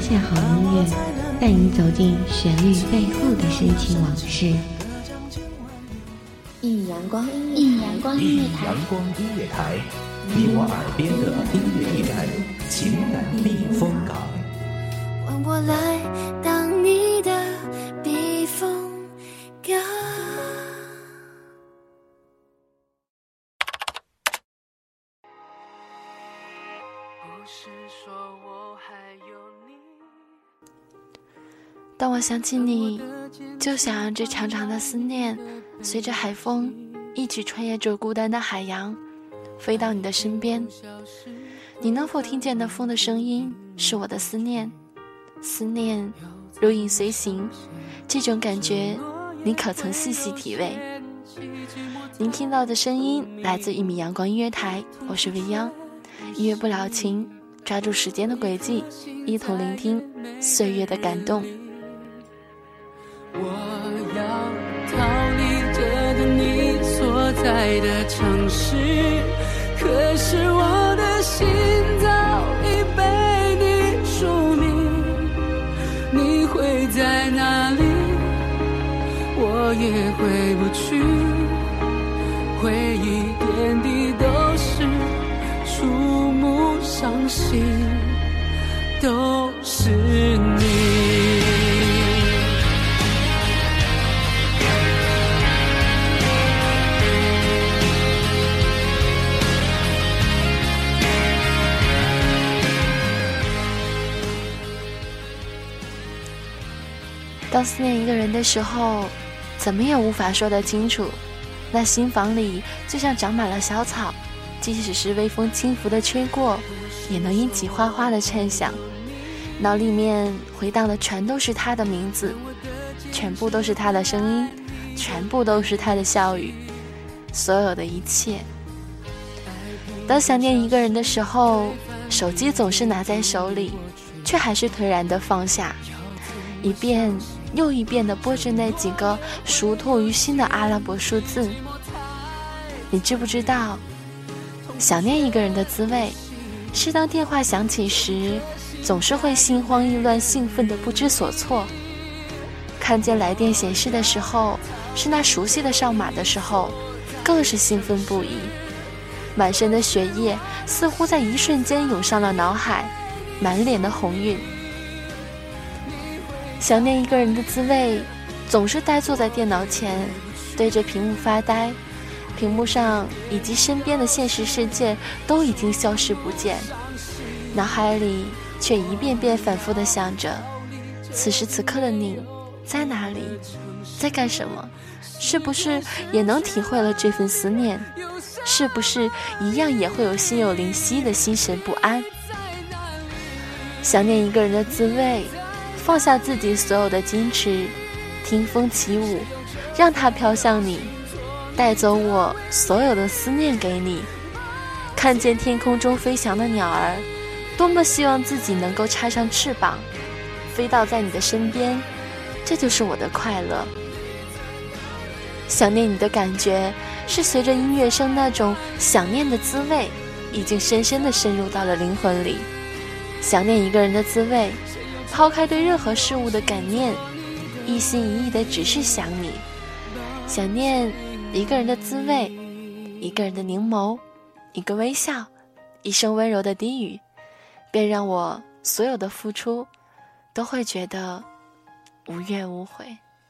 下好音乐，带你走进旋律背后的深情往事。 一米阳光音乐台，你我耳边的音乐驿站，情感避风港。 换我来当你的避风港。不是说我还有你。 当我想起你，就想让这长长的思念随着海风一起穿越着孤单的海洋，飞到你的身边。你能否听见那风的声音？是我的思念，思念如影随形，这种感觉你可曾细细体味？您听到的声音来自一米阳光音乐台，我是未央。音乐不了情，抓住时间的轨迹，一同聆听岁月的感动。 我要逃离这个你所在的城市，可是我的心早已被你署名。你会在哪里？我也回不去。回忆点滴都是触目伤心，都是你。 当思念一个人的时候，怎么也无法说得清楚，那心房里就像长满了小草，即使是微风轻拂的吹过，也能引起哗哗的颤响。脑里面回荡的全都是他的名字，全部都是他的声音，全部都是他的笑语，所有的一切。当想念一个人的时候，手机总是拿在手里，却还是颓然地放下，一遍又一遍地拨着那几个熟透于心的阿拉伯数字。你知不知道，想念一个人的滋味，是当电话响起时，总是会心慌意乱，兴奋得不知所措。看见来电显示的时候，是那熟悉的号码的时候，更是兴奋不已。满身的血液似乎在一瞬间涌上了脑海，满脸的红晕。想念一个人的滋味，总是呆坐在电脑前，对着屏幕发呆，屏幕上以及身边的现实世界都已经消失不见，脑海里却一遍遍反复地想着，此时此刻的你在哪里，在干什么？是不是也能体会了这份思念？是不是一样也会有心有灵犀的心神不安？想念一个人的滋味，放下自己所有的矜持，听风起舞，让它飘向你，带走我所有的思念给你。看见天空中飞翔的鸟儿，多么希望自己能够插上翅膀，飞到在你的身边，这就是我的快乐。想念你的感觉，是随着音乐声那种想念的滋味，已经深深地深入到了灵魂里。想念一个人的滋味，抛开对任何事物的感念，一心一意的只是想你。想念一个人的滋味，一个人的凝眸，一个微笑，一声温柔的低语，便让我所有的付出都会觉得无怨无悔。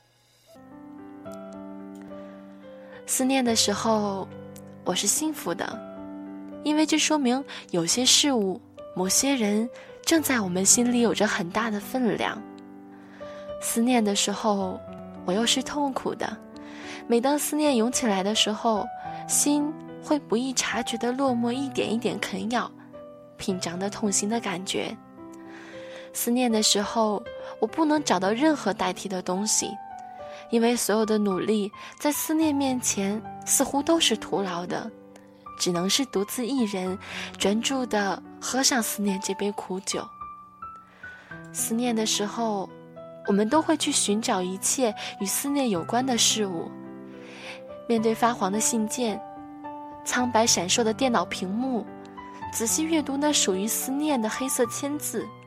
思念的时候，我是幸福的，因为这说明有些事物，某些人正在我们心里有着很大的分量。思念的时候，我又是痛苦的，每当思念涌起来的时候，心会不易察觉的落寞，一点一点啃咬，品尝的痛心的感觉。思念的时候，我不能找到任何代替的东西，因为所有的努力在思念面前似乎都是徒劳的，只能是独自一人专注地喝上思念这杯苦酒。思念的时候，我们都会去寻找一切与思念有关的事物。面对发黄的信件，苍白闪烁的电脑屏幕，仔细阅读那属于思念的黑色签字，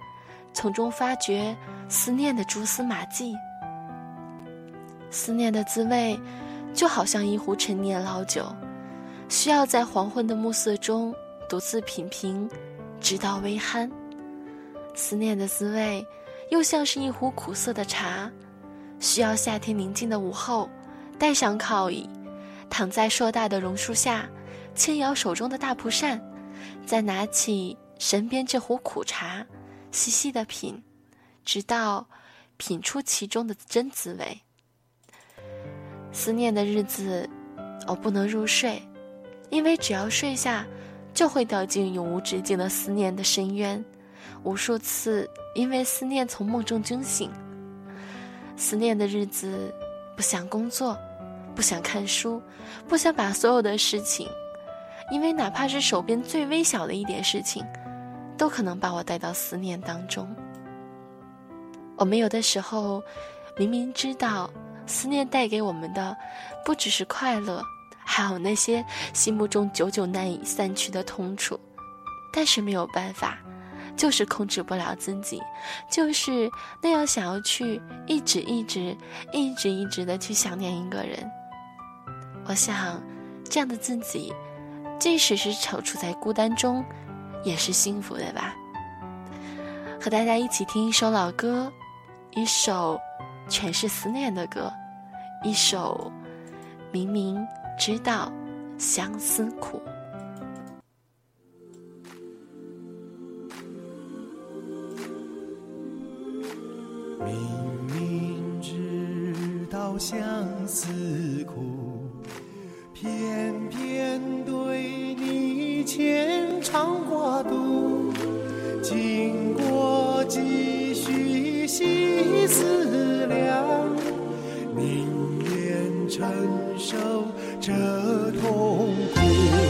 从中发掘思念的蛛丝马迹。思念的滋味就好像一壶陈年老酒，需要在黄昏的暮色中独自品评，直到微酣。思念的滋味又像是一壶苦涩的茶，需要夏天宁静的午后，带上靠椅，躺在硕大的榕树下，轻摇手中的大蒲扇，再拿起身边这壶苦茶，细细地品，直到品出其中的真滋味。思念的日子，我不能入睡，因为只要睡下，就会掉进永无止境的思念的深渊。无数次因为思念从梦中惊醒。思念的日子，不想工作，不想看书，不想把所有的事情，因为哪怕是手边最微小的一点事情，都可能把我带到思念当中。我们有的时候明明知道思念带给我们的不只是快乐，还有那些心目中久久难以散去的痛楚，但是没有办法，就是控制不了自己，就是那样想要去一直的去想念一个人。我想这样的自己，即使是处在孤单中，也是幸福的吧。和大家一起听一首老歌，一首全是思念的歌，一首明明知道相思苦。 明明知道相思苦，偏偏对你牵肠挂肚，经过几许细思量，宁愿承受这痛苦。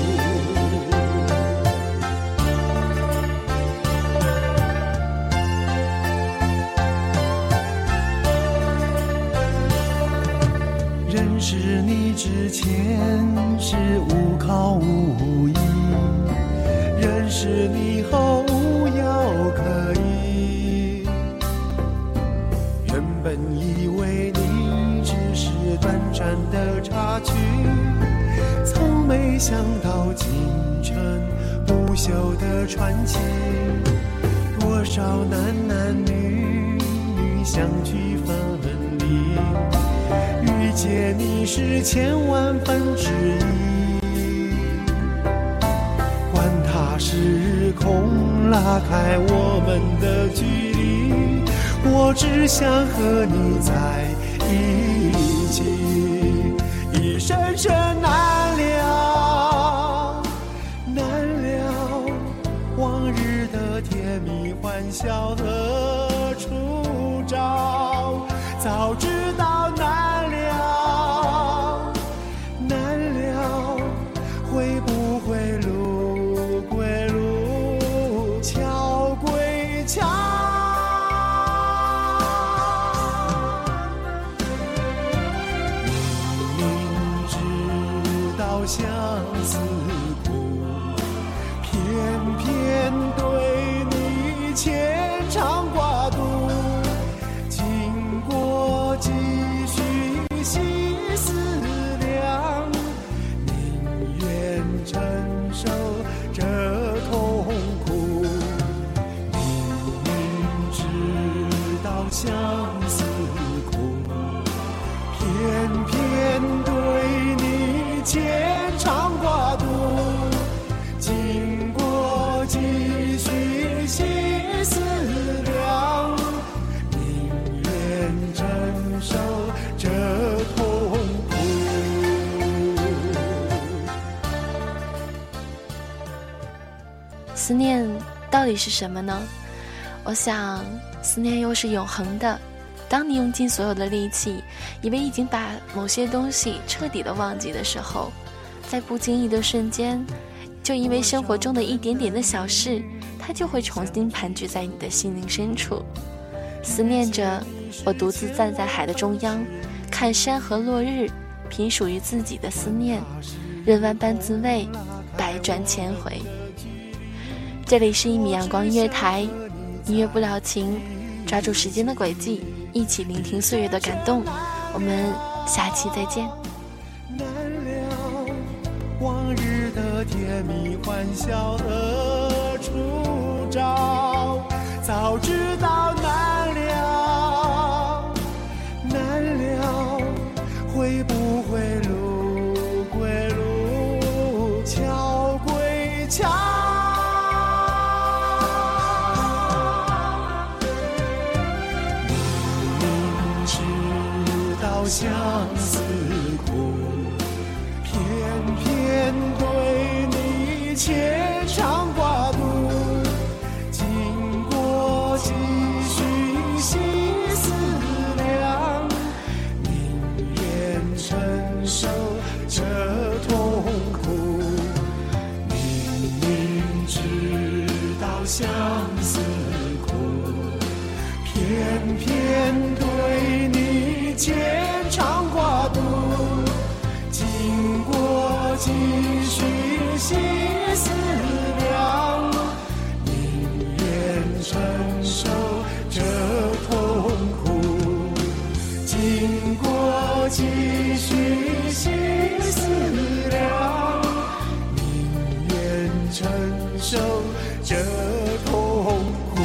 认识你之前是无靠无依，认识你后无药可医。原本以为你只是短暂的插曲，从没想到竟成不朽的传奇。多少男女相聚分离，遇见你是千万分之一。管它时空拉开我们的距离，我只想和你在一起。一生生难了，难了，往日的甜蜜欢笑何处找？早知道难了，难了，会不会路归路，桥归桥？明明知道相思苦，偏偏对你牵肠挂肚。几许细思量，宁愿承受这痛苦。明明知道相思苦，偏偏对你牵肠挂肚。经过几许细思量，承受这痛苦。 思念到底是什么呢？我想思念又是永恒的。当你用尽所有的力气，以为已经把某些东西彻底的忘记的时候，在不经意的瞬间，就因为生活中的一点点的小事，它就会重新盘踞在你的心灵深处。思念着我独自站在海的中央，看山河落日，品属于自己的思念，任万般滋味，百转千回。这里是1米阳光音乐台， 音乐不了情，抓住时间的轨迹，一起聆听岁月的感动。我们下期再见。 难了往日的甜蜜欢笑和初照，早知道难了，难了，会不会路归路，桥归桥。明知道相思苦，偏偏对你牵肠挂肚，经过几许细思量，宁愿承受这痛苦。明知道相思苦，偏偏对你牵肠挂肚，经过几许细思量，宁愿承受这痛苦。经过几许细思量，宁愿承受这痛苦。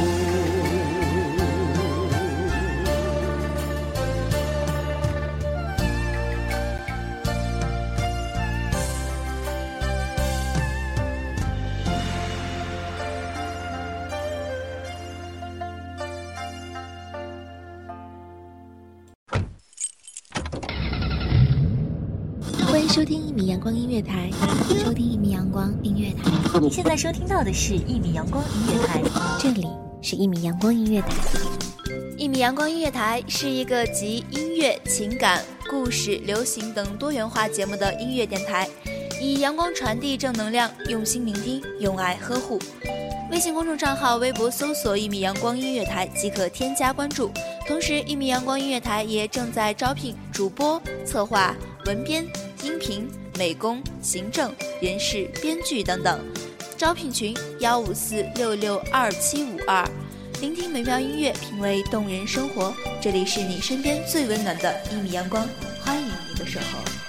欢迎收听1米阳光音乐台，收听1米阳光音乐台。 你现在收听到的是1米阳光音乐台， 这里是1米阳光音乐台。 1米阳光音乐台是一个集音乐、情感、故事、流行等多元化节目的音乐电台，以阳光传递正能量，用心聆听，用爱呵护。微信公众账号、微博搜索1米阳光音乐台即可添加关注。同时1米阳光音乐台也正在招聘主播、策划、文编、音频、美工、行政、人事、编剧等等。招聘群154662752。聆听美妙音乐，品味动人生活。这里是你身边最温暖的1米阳光，欢迎你的守候。